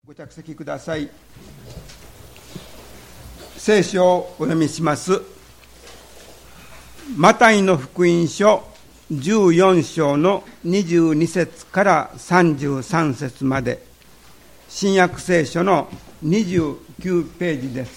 ご着席ください。聖書をお読みします。マタイの福音書14章の22節から33節まで、新約聖書の29ページです。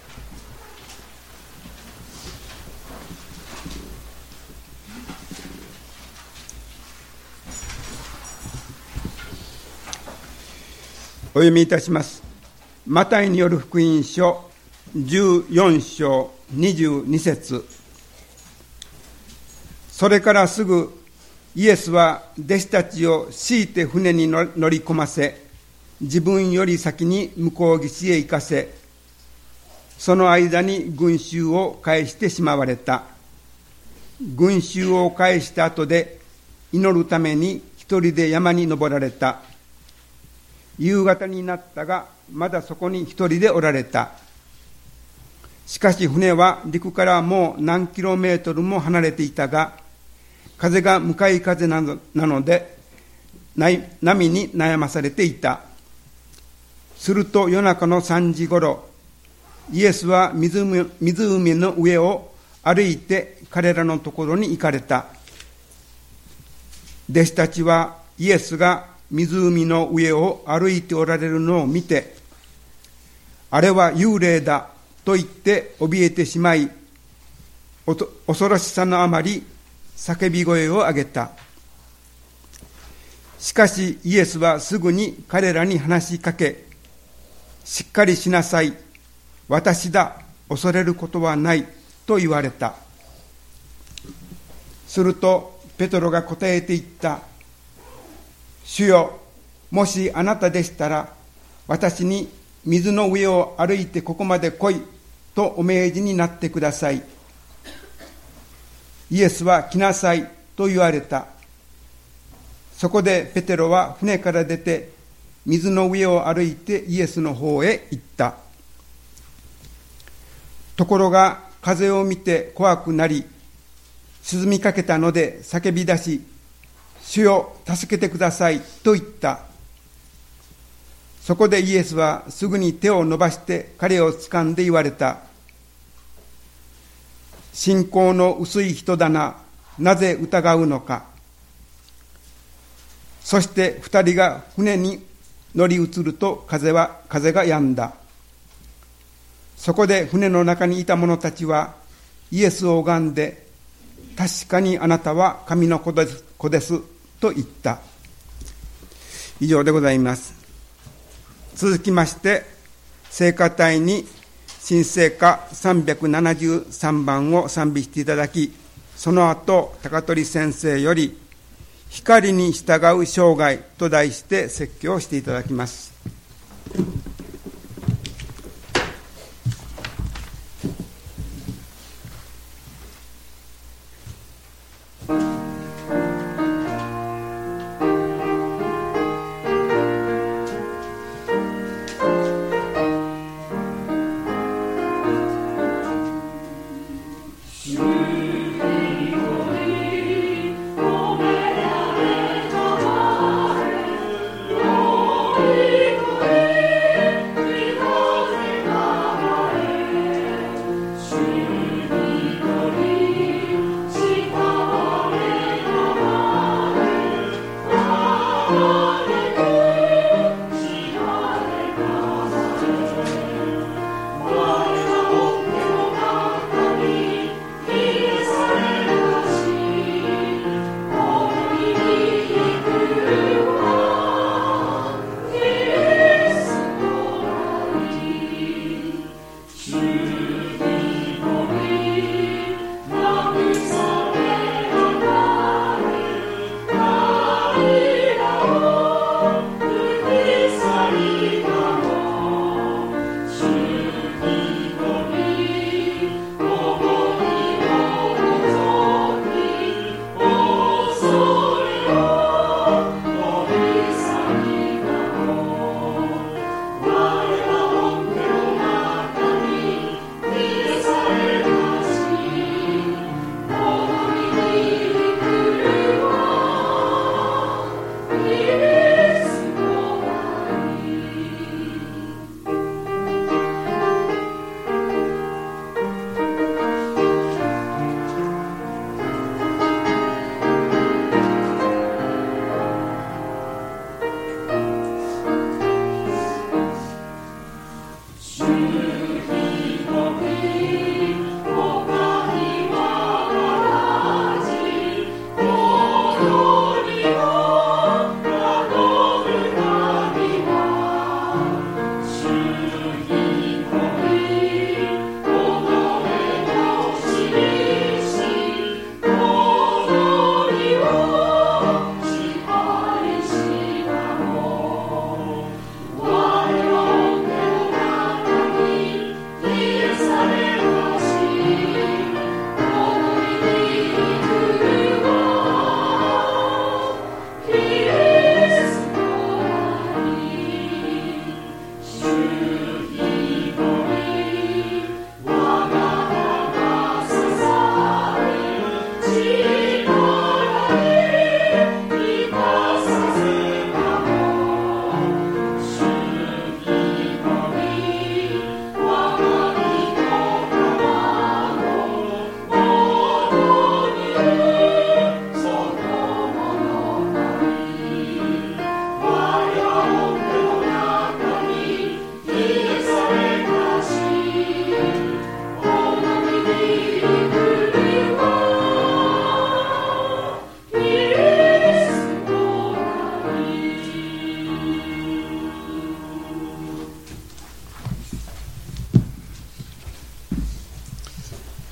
お読みいたします。マタイによる福音書14章22節。それからすぐイエスは弟子たちを強いて船に乗り込ませ、自分より先に向こう岸へ行かせ、その間に群衆を返してしまわれた。群衆を返した後で祈るために一人で山に登られた。夕方になったが、まだそこに一人でおられた。しかし船は陸からもう何キロメートルも離れていたが、風が向かい風なので、波に悩まされていた。すると夜中の3時ごろ、イエスは湖の上を歩いて彼らのところに行かれた。弟子たちはイエスが湖の上を歩いておられるのを見て、あれは幽霊だと言って怯えてしまい、恐ろしさのあまり叫び声を上げた。しかしイエスはすぐに彼らに話しかけ、しっかりしなさい、私だ、恐れることはないと言われた。するとペトロが答えて言った。主よ、もしあなたでしたら、私に水の上を歩いてここまで来いとお命じになってください。イエスは来なさいと言われた。そこでペテロは船から出て、水の上を歩いてイエスの方へ行った。ところが風を見て怖くなり、沈みかけたので叫び出し、主よ、助けてくださいと言った。そこでイエスはすぐに手を伸ばして彼を掴んで言われた。信仰の薄い人だな、なぜ疑うのか。そして二人が船に乗り移ると風が止んだ。そこで船の中にいた者たちはイエスを拝んで、確かにあなたは神の子ですと言った。以上でございます。続きまして聖歌隊に新聖歌373番を賛美していただき、その後高取先生より光に従う生涯と題して説教をしていただきます。 Oh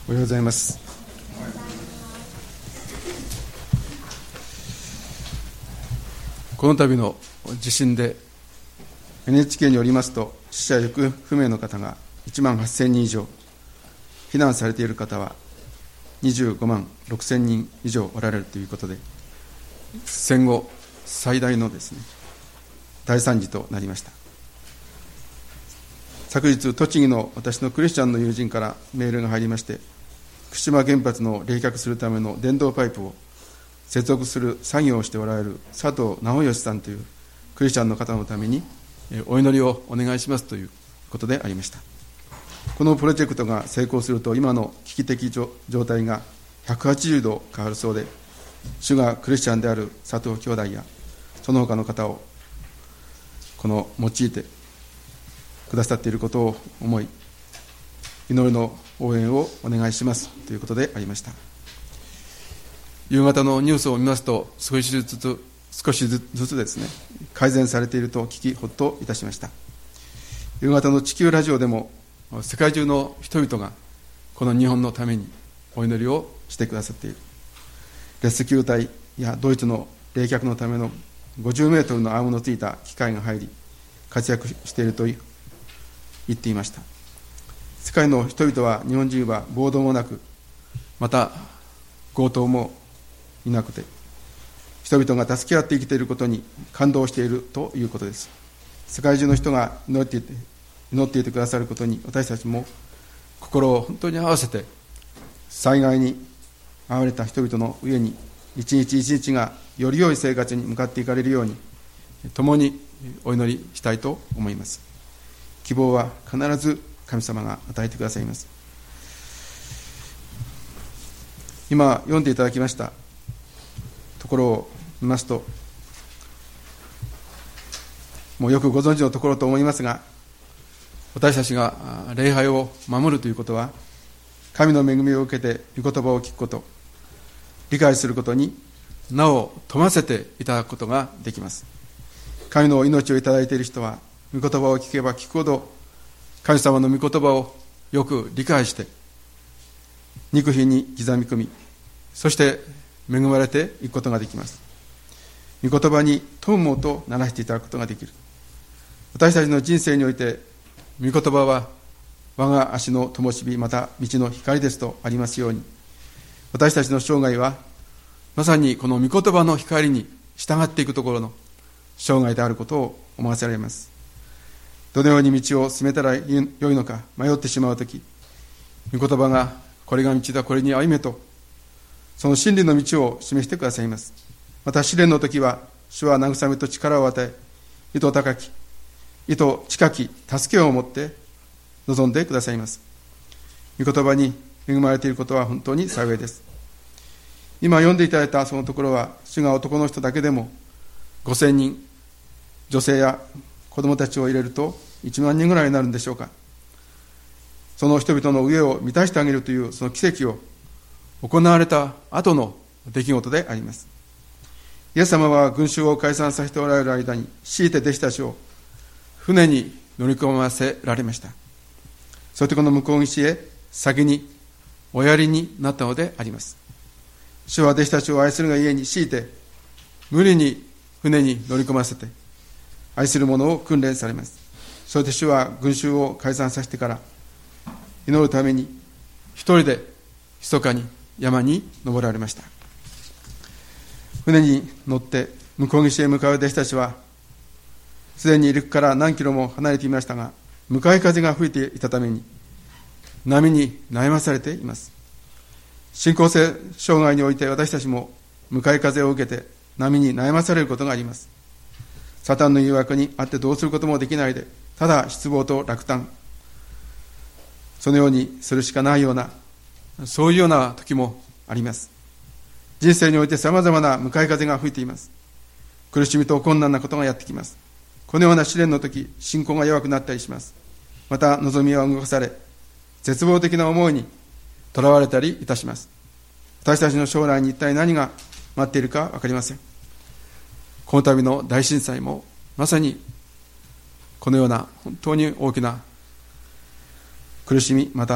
おはようございます。この度の地震で NHK によりますと、死者・行方不明の方が1万8000人以上、避難されている方は25万6000人以上おられるということで、戦後最大のですね、大惨事となりました。昨日、栃木の私のクリスチャンの友人からメールが入りまして、福島原発の冷却するための電動パイプを接続する作業をしておられる佐藤直義さんというクリスチャンの方のためにお祈りをお願いしますということでありました。このプロジェクトが成功すると、今の危機的状態が180度変わるそうで、主がクリスチャンである佐藤兄弟やその他の方を用いてくださっていることを思い、祈りの応援をお願いしますということでありました。夕方のニュースを見ますと、少しずつですね、改善されていると聞き、ほっといたしました。夕方の地球ラジオでも、世界中の人々がこの日本のためにお祈りをしてくださっている。レスキュー隊やドイツの冷却のための50メートルのアームのついた機械が入り、活躍していると言っていました。世界の人々は、日本人は暴動もなく、また強盗もいなくて、人々が助け合って生きていることに感動しているということです。世界中の人が祈っていてくださることに、私たちも心を本当に合わせて、災害に遭われた人々の上に一日一日がより良い生活に向かっていかれるように、共にお祈りしたいと思います。希望は必ず神様が与えてくださいます。今読んでいただきましたところを見ますと、もうよくご存知のところと思いますが、私たちが礼拝を守るということは、神の恵みを受けて御言葉を聞くこと、理解することに名を富ませていただくことができます。神の命をいただいている人は、御言葉を聞けば聞くほど、神様の御言葉をよく理解して、肉皮に刻み込み、そして恵まれていくことができます。御言葉に富むとならしていただくことができる。私たちの人生において、御言葉は我が足の灯火、また道の光ですとありますように、私たちの生涯はまさにこの御言葉の光に従っていくところの生涯であることを思わせられます。どのように道を進めたらよいのか迷ってしまうとき、御言葉がこれが道だ、これに歩めと、その真理の道を示してくださいます。また試練のときは、主は慰めと力を与え、意図高き、意図近き助けを持って臨んでくださいます。御言葉に恵まれていることは本当に幸いです。今読んでいただいたそのところは、主が男の人だけでも5000人、女性や子供たちを入れると1万人ぐらいになるんでしょうか。その人々の飢えを満たしてあげるというその奇跡を行われた後の出来事であります。イエス様は群衆を解散させておられる間に、強いて弟子たちを船に乗り込ませられました。そしてこの向こう岸へ先におやりになったのであります。主は弟子たちを愛するがゆえに強いて無理に船に乗り込ませて愛する者を訓練されます。そして主は群衆を解散させてから祈るために一人で密かに山に登られました。船に乗って向こう岸へ向かう弟子たちは、すでに陸から何キロも離れていましたが、向かい風が吹いていたために波に悩まされています。信仰生涯において私たちも向かい風を受けて波に悩まされることがあります。サタンの誘惑にあってどうすることもできないで、ただ失望と落胆、そのようにするしかないような、そういうような時もあります。人生において様々な向かい風が吹いています。苦しみと困難なことがやってきます。このような試練の時、信仰が弱くなったりします。また望みは動かされ、絶望的な思いにとらわれたりいたします。私たちの将来に一体何が待っているか分かりません。この度の大震災もまさにこのような本当に大きな苦しみ、また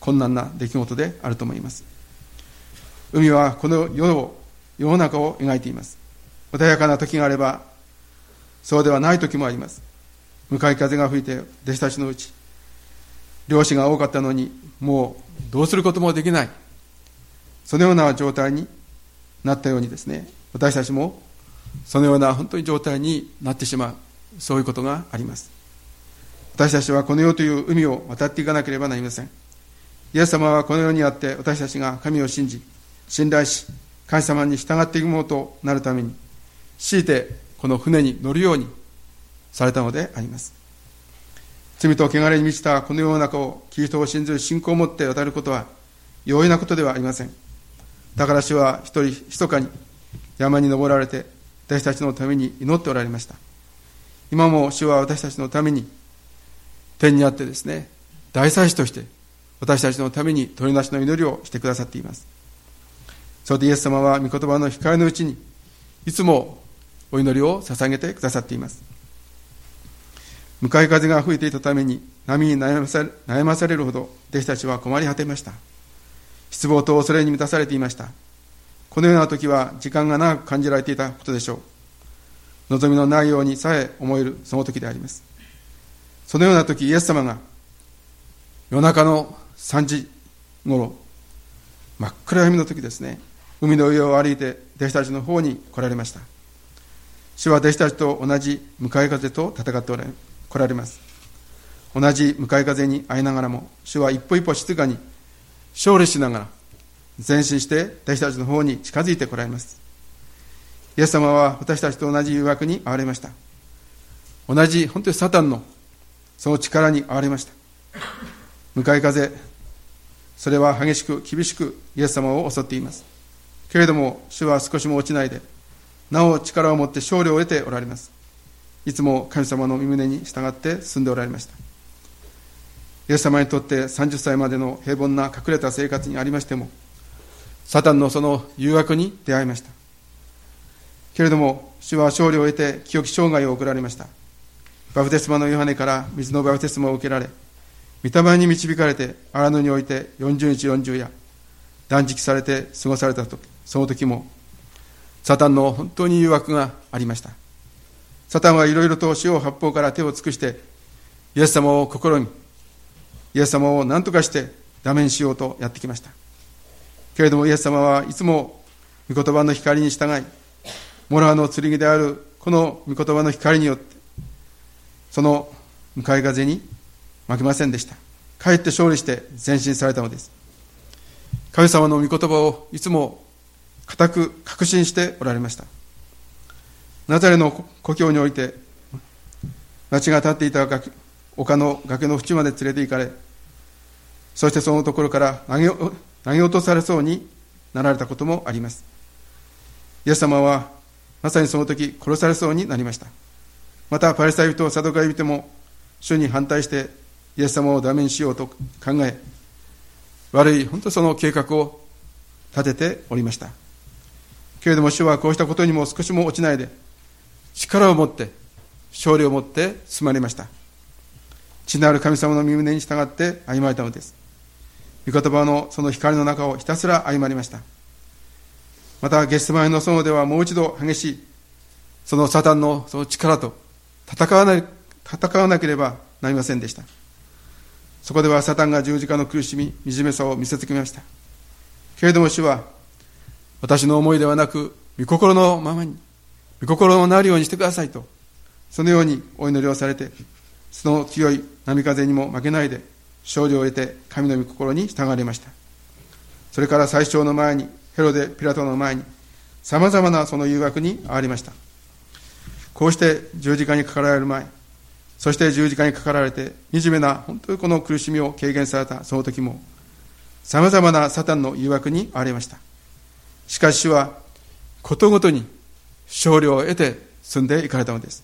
困難な出来事であると思います。海はこの世の中を描いています。穏やかな時があれば、そうではない時もあります。向かい風が吹いて弟子たちのうち、漁師が多かったのに、もうどうすることもできない。そのような状態になったようにですね、私たちもそのような本当に状態になってしまう、そういうことがあります。私たちはこの世という海を渡っていかなければなりません。イエス様はこの世にあって私たちが神を信じ、信頼し、神様に従っていくものとなるために、強いてこの船に乗るようにされたのであります。罪と汚れに満ちたこの世の中をキリストを信ずる信仰を持って渡ることは容易なことではありません。だから主は一人密かに山に登られて私たちのために祈っておられました。今も主は私たちのために天にあってですね、大祭司として私たちのために取りなしの祈りをしてくださっています。それでイエス様は御言葉の光のうちにいつもお祈りを捧げてくださっています。向かい風が吹いていたために波に悩まされるほど弟子たちは困り果てました。失望と恐れに満たされていました。このような時は時間が長く感じられていたことでしょう。望みのないようにさえ思えるその時であります。そのような時、イエス様が夜中の3時ごろ、真っ暗闇の時ですね、海の上を歩いて弟子たちの方に来られました。主は弟子たちと同じ向かい風と戦って来られます。同じ向かい風に遭いながらも、主は一歩一歩静かに勝利しながら前進して弟子たちの方に近づいて来られます。イエス様は私たちと同じ誘惑に遭われました。同じ本当にサタンのその力に遭われました。向かい風、それは激しく厳しくイエス様を襲っています。けれども主は少しも落ちないで、なお力を持って勝利を得ておられます。いつも神様の御胸に従って進んでおられました。イエス様にとって30歳までの平凡な隠れた生活にありましても、サタンのその誘惑に出会いました。けれども主は勝利を得て清き生涯を送られました。バプテスマのヨハネから水のバプテスマを受けられ、御霊に導かれて荒野において40日40夜断食されて過ごされた時、その時もサタンの本当に誘惑がありました。サタンはいろいろと四方八方から手を尽くしてイエス様を試み、イエス様を何とかしてダメにしようとやってきました。けれどもイエス様はいつも御言葉の光に従い、モラの剣であるこの御言葉の光によってその向かい風に負けませんでした。かえって勝利して前進されたのです。神様の御言葉をいつも固く確信しておられました。ナザレの故郷において町が立っていた丘の崖の縁まで連れて行かれ、そしてそのところから投げ落とされそうになられたこともあります。イエス様はまさにその時殺されそうになりました。またパリサイ人サドカイ人も主に反対してイエス様をダメにしようと考え、悪い本当その計画を立てておりました。けれども主はこうしたことにも少しも落ちないで、力を持って勝利を持って進まれました。父なる神様の御胸に従って歩まれたのです。御言葉のその光の中をひたすら歩まれました。またゲッセマネの園ではもう一度激しいそのサタンのその力と戦わなければなりませんでした。そこではサタンが十字架の苦しみ、惨めさを見せつけました。けれども主は私の思いではなく御心のままに、御心のなるようにしてくださいと、そのようにお祈りをされて、その強い波風にも負けないで勝利を得て神の御心に従われました。それから最初の前にヘロデ・ピラトの前にさまざまなその誘惑に遭われました。こうして十字架にかかられる前、そして十字架にかかられて惨めな本当にこの苦しみを軽減されたその時も、さまざまなサタンの誘惑に遭われました。しかし主はことごとに勝利を得て進んでいかれたのです。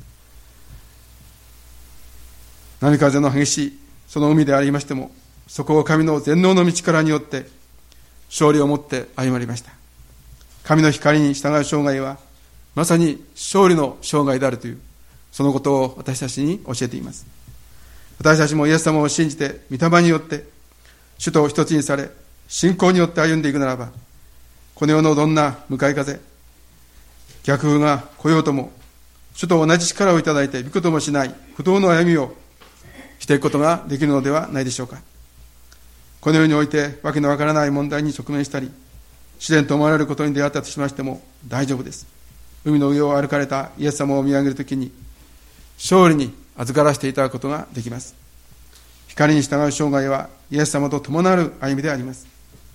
波風の激しいその海でありましても、そこを神の全能の道からによって勝利をもって歩まれました。神の光に従う生涯はまさに勝利の生涯であるという、そのことを私たちに教えています。私たちもイエス様を信じて御霊によって主と一つにされ、信仰によって歩んでいくならば、この世のどんな向かい風、逆風が来ようとも、主と同じ力をいただいて、びくともしない不動の歩みをしていくことができるのではないでしょうか。この世においてわけのわからない問題に直面したり、試練と思われることに出会ったとしましても大丈夫です。海の上を歩かれたイエス様を見上げるときに、勝利に預からせていただくことができます。光に従う生涯はイエス様と伴う歩みであります。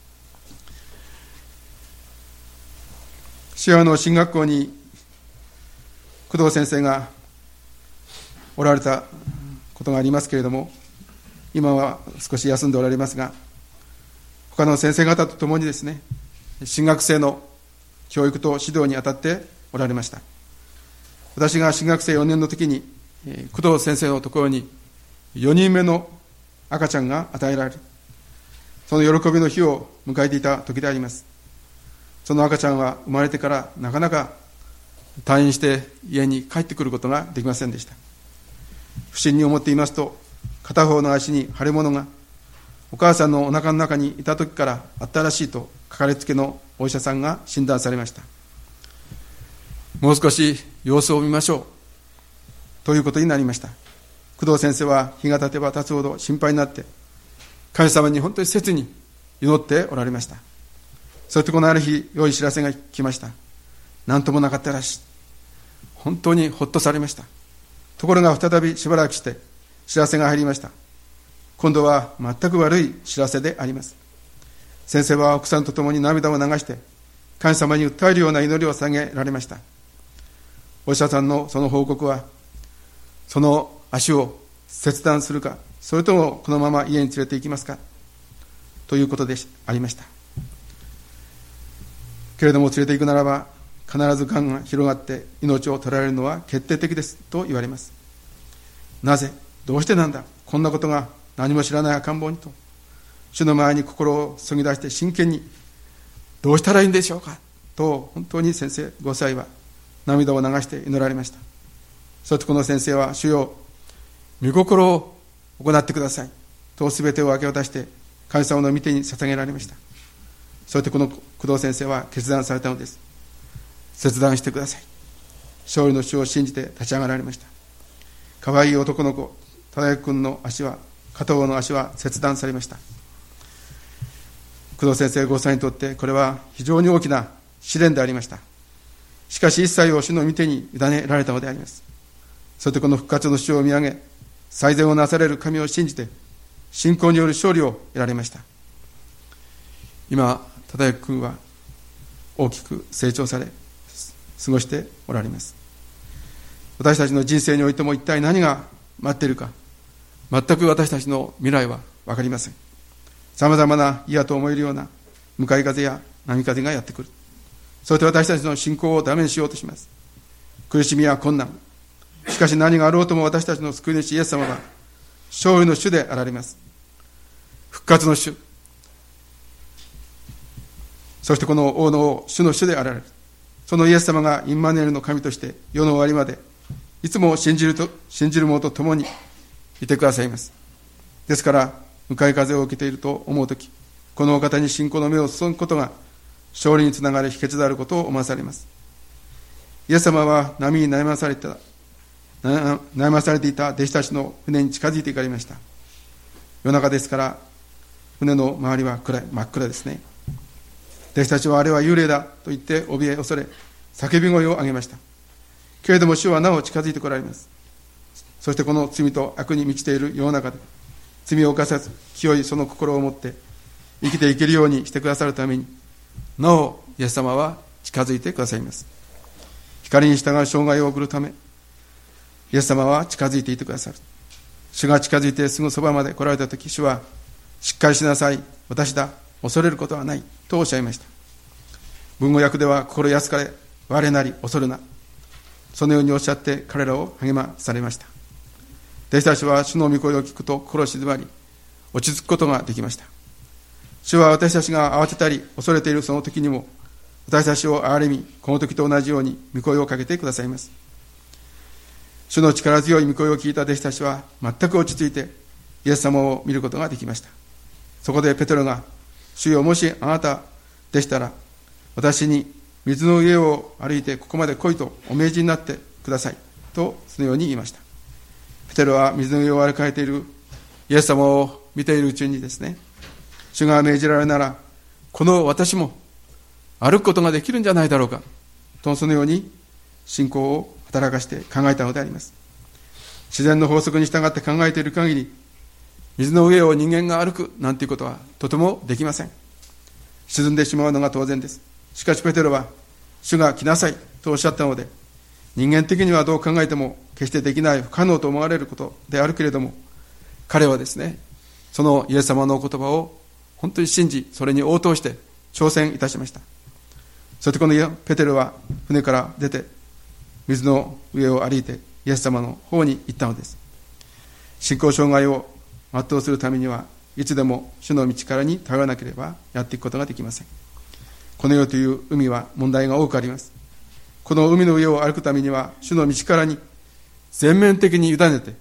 シアの進学校に工藤先生がおられたことがありますけれども、今は少し休んでおられますが、他の先生方と共にですね、進学生の教育と指導に当たっておられました。私が進学生4年の時に工藤先生のところに4人目の赤ちゃんが与えられる、その喜びの日を迎えていた時であります。その赤ちゃんは生まれてからなかなか退院して家に帰ってくることができませんでした。不審に思っていますと、片方の足に腫れ物がお母さんのお腹の中にいた時からあったらしいと、かかりつけのお医者さんが診断されました。もう少し様子を見ましょうということになりました。工藤先生は日が経てば経つほど心配になって、神様に本当に切に祈っておられました。そしてこのある日、良い知らせが来ました。何ともなかったらしい。本当にほっとされました。ところが再びしばらくして知らせが入りました。今度は全く悪い知らせであります。先生は奥さんと共に涙を流して神様に訴えるような祈りを捧げられました。お医者さんのその報告は、その足を切断するか、それともこのまま家に連れて行きますかということでありました。けれども連れて行くならば必ずがんが広がって命を取られるのは決定的ですと言われます。なぜ、どうしてなんだ、こんなことが何も知らない赤ん坊にと、主の前に心を注ぎ出して真剣に、どうしたらいいんでしょうかと、本当に先生ご夫妻は涙を流して祈られました。そしてこの先生は、主よ、御心を行ってくださいと全てを明け渡して神様の御手に捧げられました。そしてこの工藤先生は決断されたのです。切断してください。勝利の主を信じて立ち上がられました。可愛い男の子忠之君の足は、片方の足は切断されました。工藤先生ご夫妻にとってこれは非常に大きな試練でありました。しかし一切を主の御手に委ねられたのであります。そしてこの復活の主を見上げ、最善をなされる神を信じて信仰による勝利を得られました。今忠之君は大きく成長され過ごしておられます。私たちの人生においても一体何が待っているか、全く私たちの未来は分かりません。さまざまな嫌と思えるような向かい風や波風がやってくる。そして私たちの信仰をダメにしようとします。苦しみや困難、しかし何があろうとも私たちの救い主イエス様は勝利の主であられます。復活の主、そしてこの王の王、主の主であられる。そのイエス様がインマヌエルの神として世の終わりまでいつも信じる者と共にいてくださいます。ですから向かい風を受けていると思うとき、このお方に信仰の目を注ぐことが勝利につながる秘訣であることを思わされます。イエス様は波に悩まされていた弟子たちの船に近づいていかれました。夜中ですから船の周りは真っ暗ですね。弟子たちはあれは幽霊だと言って怯え恐れ叫び声を上げました。けれども主はなお近づいてこられます。そしてこの罪と悪に満ちている世の中で罪を犯さず清いその心を持って生きていけるようにしてくださるために、なおイエス様は近づいてくださいます。光に従う生涯を送るためイエス様は近づいていてくださる。主が近づいてすぐそばまで来られたとき、主はしっかりしなさい、私だ、恐れることはないとおっしゃいました。文語訳では心安かれ、我なり恐るな、そのようにおっしゃって彼らを励まされました。弟子たちは主の御声を聞くと心静まり落ち着くことができました。主は私たちが慌てたり恐れているその時にも私たちを憐れみ、この時と同じように御声をかけてくださいます。主の力強い御声を聞いた弟子たちは全く落ち着いてイエス様を見ることができました。 そこでペテロが、主よ、もしあなたでしたら、私に水の上を歩いてここまで来いとお命じになってくださいとそのように言いました。ペテロは水の上を歩かれているイエス様を見ているうちにですね、主が命じられるならこの私も歩くことができるんじゃないだろうかと、そのように信仰を働かして考えたのであります。自然の法則に従って考えている限り、水の上を人間が歩くなんていうことはとてもできません。沈んでしまうのが当然です。しかしペテロは、主が来なさいとおっしゃったので、人間的にはどう考えても決してできない不可能と思われることであるけれども、彼はですね、そのイエス様のお言葉を本当に信じ、それに応答して挑戦いたしました。そしてこのペテロは船から出て水の上を歩いてイエス様の方に行ったのです。信仰障害を全うするためにはいつでも主の道からに頼らなければやっていくことができません。この世という海は問題が多くあります。この海の上を歩くためには主の道からに全面的に委ねて、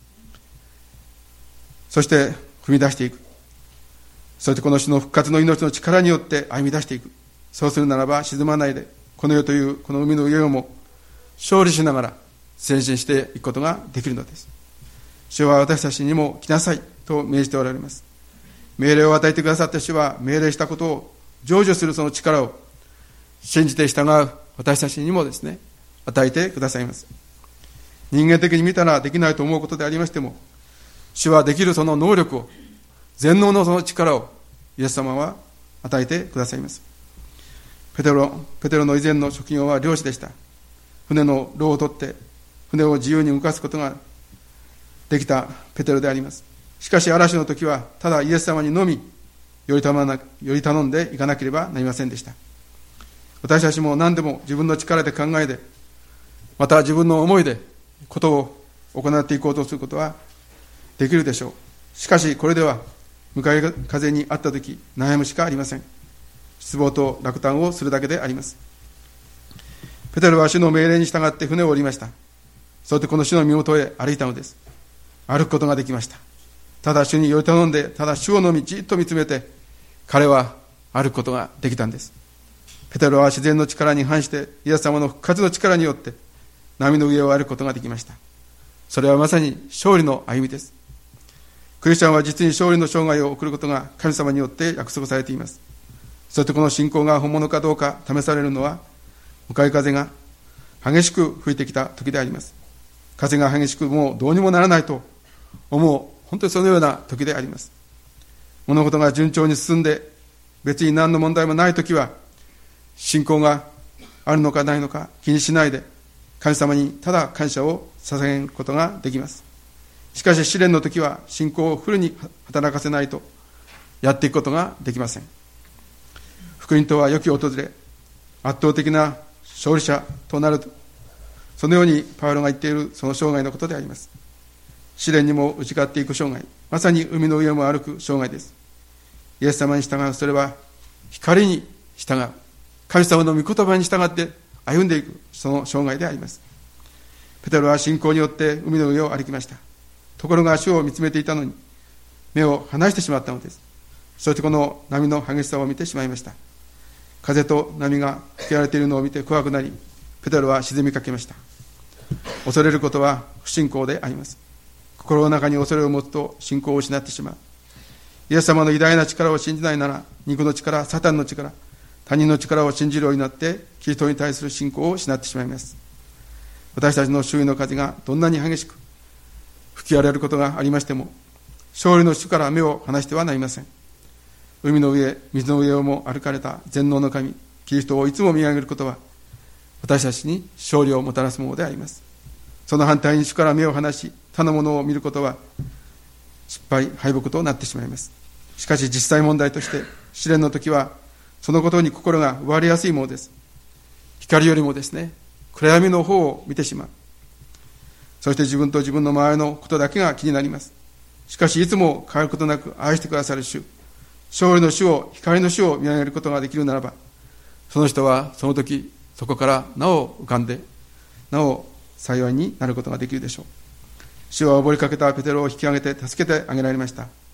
そして踏み出していく。そしてこの主の復活の命の力によって歩み出していく。そうするならば沈まないで、この世というこの海の上をも勝利しながら前進していくことができるのです。主は私たちにも来なさいと命じておられます。命令を与えてくださった主は、命令したことを成就するその力を信じて従う私たちにもですね、与えてくださいます。人間的に見たらできないと思うことでありましても、主はできるその能力を、全能のその力をイエス様は与えてくださいます。ペテロの以前の職業は漁師でした。船の櫓を取って船を自由に動かすことができたペテロであります。しかし嵐の時はただイエス様にのみより頼んでいかなければなりませんでした。私たちも何でも自分の力で考えて、また自分の思いでことを行っていこうとすることはできるでしょう。しかしこれでは向かい風にあった時悩むしかありません。失望と落胆をするだけであります。ペテロは主の命令に従って船を降りました。そしてこの主の身元へ歩いたのです。歩くことができました。ただ主により頼んで、ただ主をのみじっと見つめて、彼は歩くことができたんです。ペテロは自然の力に反してイエス様の復活の力によって波の上を歩くことができました。それはまさに勝利の歩みです。クリスチャンは実に勝利の生涯を送ることが神様によって約束されています。そしてこの信仰が本物かどうか試されるのは、向かい風が激しく吹いてきた時であります。風が激しくもうどうにもならないと思う、本当にそのような時であります。物事が順調に進んで別に何の問題もない時は、信仰があるのかないのか気にしないで神様にただ感謝を捧げることができます。しかし試練の時は信仰をフルに働かせないとやっていくことができません。福音とは良き訪れ、圧倒的な勝利者となると、そのようにパウロが言っているその生涯のことであります。試練にも打ち勝っていく生涯、まさに海の上も歩く生涯です。イエス様に従う、それは光に従う、神様の御言葉に従って歩んでいく、その生涯であります。ペテロは信仰によって海の上を歩きました。ところが主を見つめていたのに目を離してしまったのです。そしてこの波の激しさを見てしまいました。風と波が吹き荒れているのを見て怖くなり、ペテロは沈みかけました。恐れることは不信仰であります。心の中に恐れを持つと信仰を失ってしまう。イエス様の偉大な力を信じないなら、肉の力、サタンの力、他人の力を信じるようになってキリストに対する信仰を失ってしまいます。私たちの周囲の風がどんなに激しく吹き荒れることがありましても、勝利の主から目を離してはなりません。海の上、水の上をも歩かれた全能の神、キリストをいつも見上げることは、私たちに勝利をもたらすものであります。その反対に主から目を離し、他のものを見ることは、失敗、敗北となってしまいます。しかし実際問題として、試練の時は、そのことに心が奪われやすいものです。光よりもですね、暗闇の方を見てしまう。そして自分と自分の周りのことだけが気になります。しかしいつも変わることなく愛してくださる主、勝利の主を、光の主を見上げることができるならば、その人はその時そこからなお浮かんで、なお幸いになることができるでしょう。主は溺れかけたペテロを引き上げて助けてあげられました。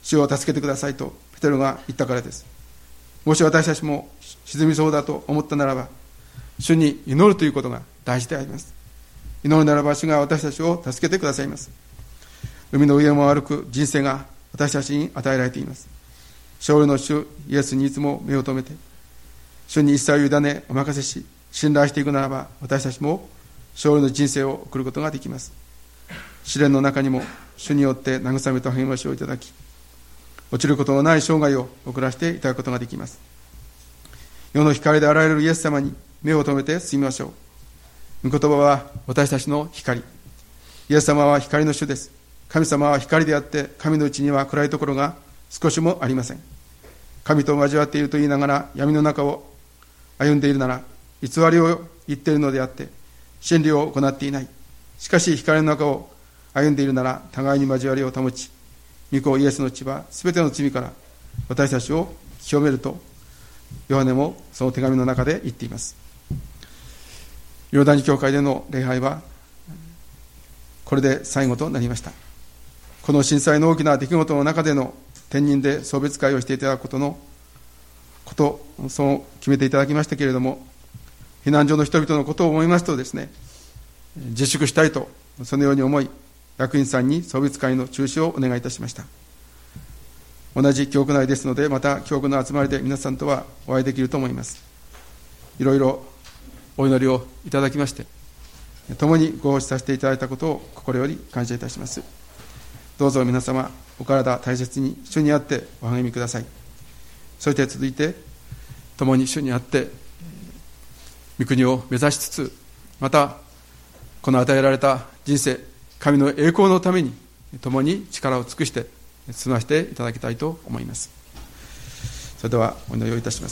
主を助けてくださいとペテロが言ったからです。もし私たちも沈みそうだと思ったならば、主に祈るということが大事であります。祈るならば主が私たちを助けてくださいます。海の上を歩く人生が私たちに与えられています。勝利の主イエスにいつも目を留めて、主に一切を委ねお任せし、信頼していくならば、私たちも勝利の人生を送ることができます。試練の中にも主によって慰めと励ましをいただき、落ちることのない生涯を送らせていただくことができます。世の光であられるイエス様に目を留めて進みましょう。御言葉は私たちの光。イエス様は光の主です。神様は光であって、神のうちには暗いところが少しもありません。神と交わっていると言いながら闇の中を歩んでいるなら、偽りを言っているのであって真理を行っていない。しかし光の中を歩んでいるなら、互いに交わりを保ち、御子イエスの血はすべての罪から私たちを清めるとヨハネもその手紙の中で言っています。ヨルダン教会での礼拝はこれで最後となりました。この震災の大きな出来事の中での天任で送別会をしていただくそう決めていただきましたけれども、避難所の人々のことを思いますとですね、自粛したいとそのように思い、役員さんに送別会の中止をお願いいたしました。同じ教区内ですので、また教区の集まりで皆さんとはお会いできると思います。いろいろお祈りをいただきまして、共にご奉仕させていただいたことを心より感謝いたします。どうぞ皆様、お体大切に主にあってお励みください。そして続いて共に主にあって御国を目指しつつ、またこの与えられた人生、神の栄光のために共に力を尽くして進ませていただきたいと思います。それではお祈りをいたします。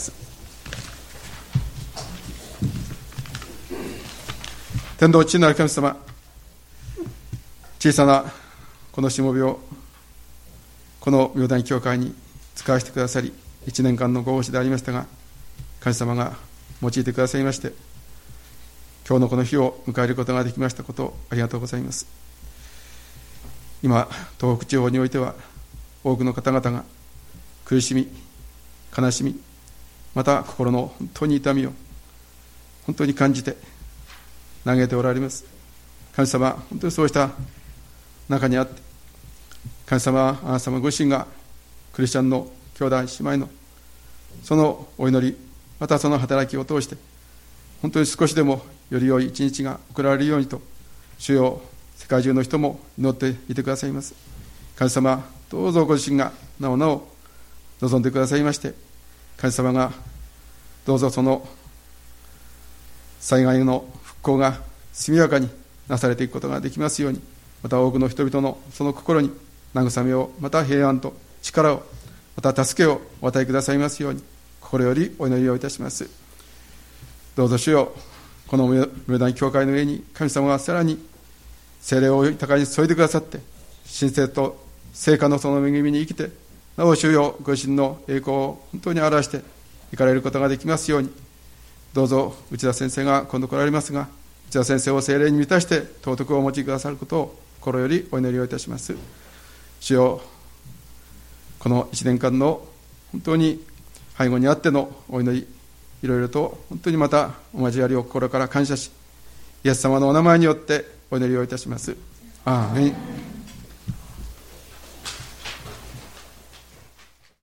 天道地なる神様、小さなこのしもべをこの明大教会に使わせてくださり、1年間のご奉仕でありましたが、神様が用いてくださいまして、今日のこの日を迎えることができましたことをありがとうございます。今東北地方においては多くの方々が苦しみ、悲しみ、また心の本当に痛みを本当に感じて嘆いておられます。神様、本当にそうした中にあって、神様、あなた様ご自身がクリスチャンの兄弟姉妹のそのお祈り、またその働きを通して本当に少しでもより良い一日が送られるようにと、主よ、世界中の人も祈っていてくださいます。神様、どうぞご自身がなおなお望んでくださいまして、神様がどうぞその災害の復興が速やかになされていくことができますように、また多くの人々のその心に慰めを、また平安と力を、また助けをお与えくださいますように心よりお祈りをいたします。どうぞ主よ、この明大教会の上に神様がさらに聖霊を豊かに注いでくださって、神聖と聖火のその恵みに生きて、なお主よ、ご自身の栄光を本当に表していかれることができますように、どうぞ内田先生が今度来られますが、内田先生を聖霊に満たして尊くお持ちくださることを心よりお祈りをいたします。主よ、この1年間の本当に背後にあってのお祈り、いろいろと本当にまたお交わりを心から感謝し、イエス様のお名前によってお祈りをいたします。アーメン。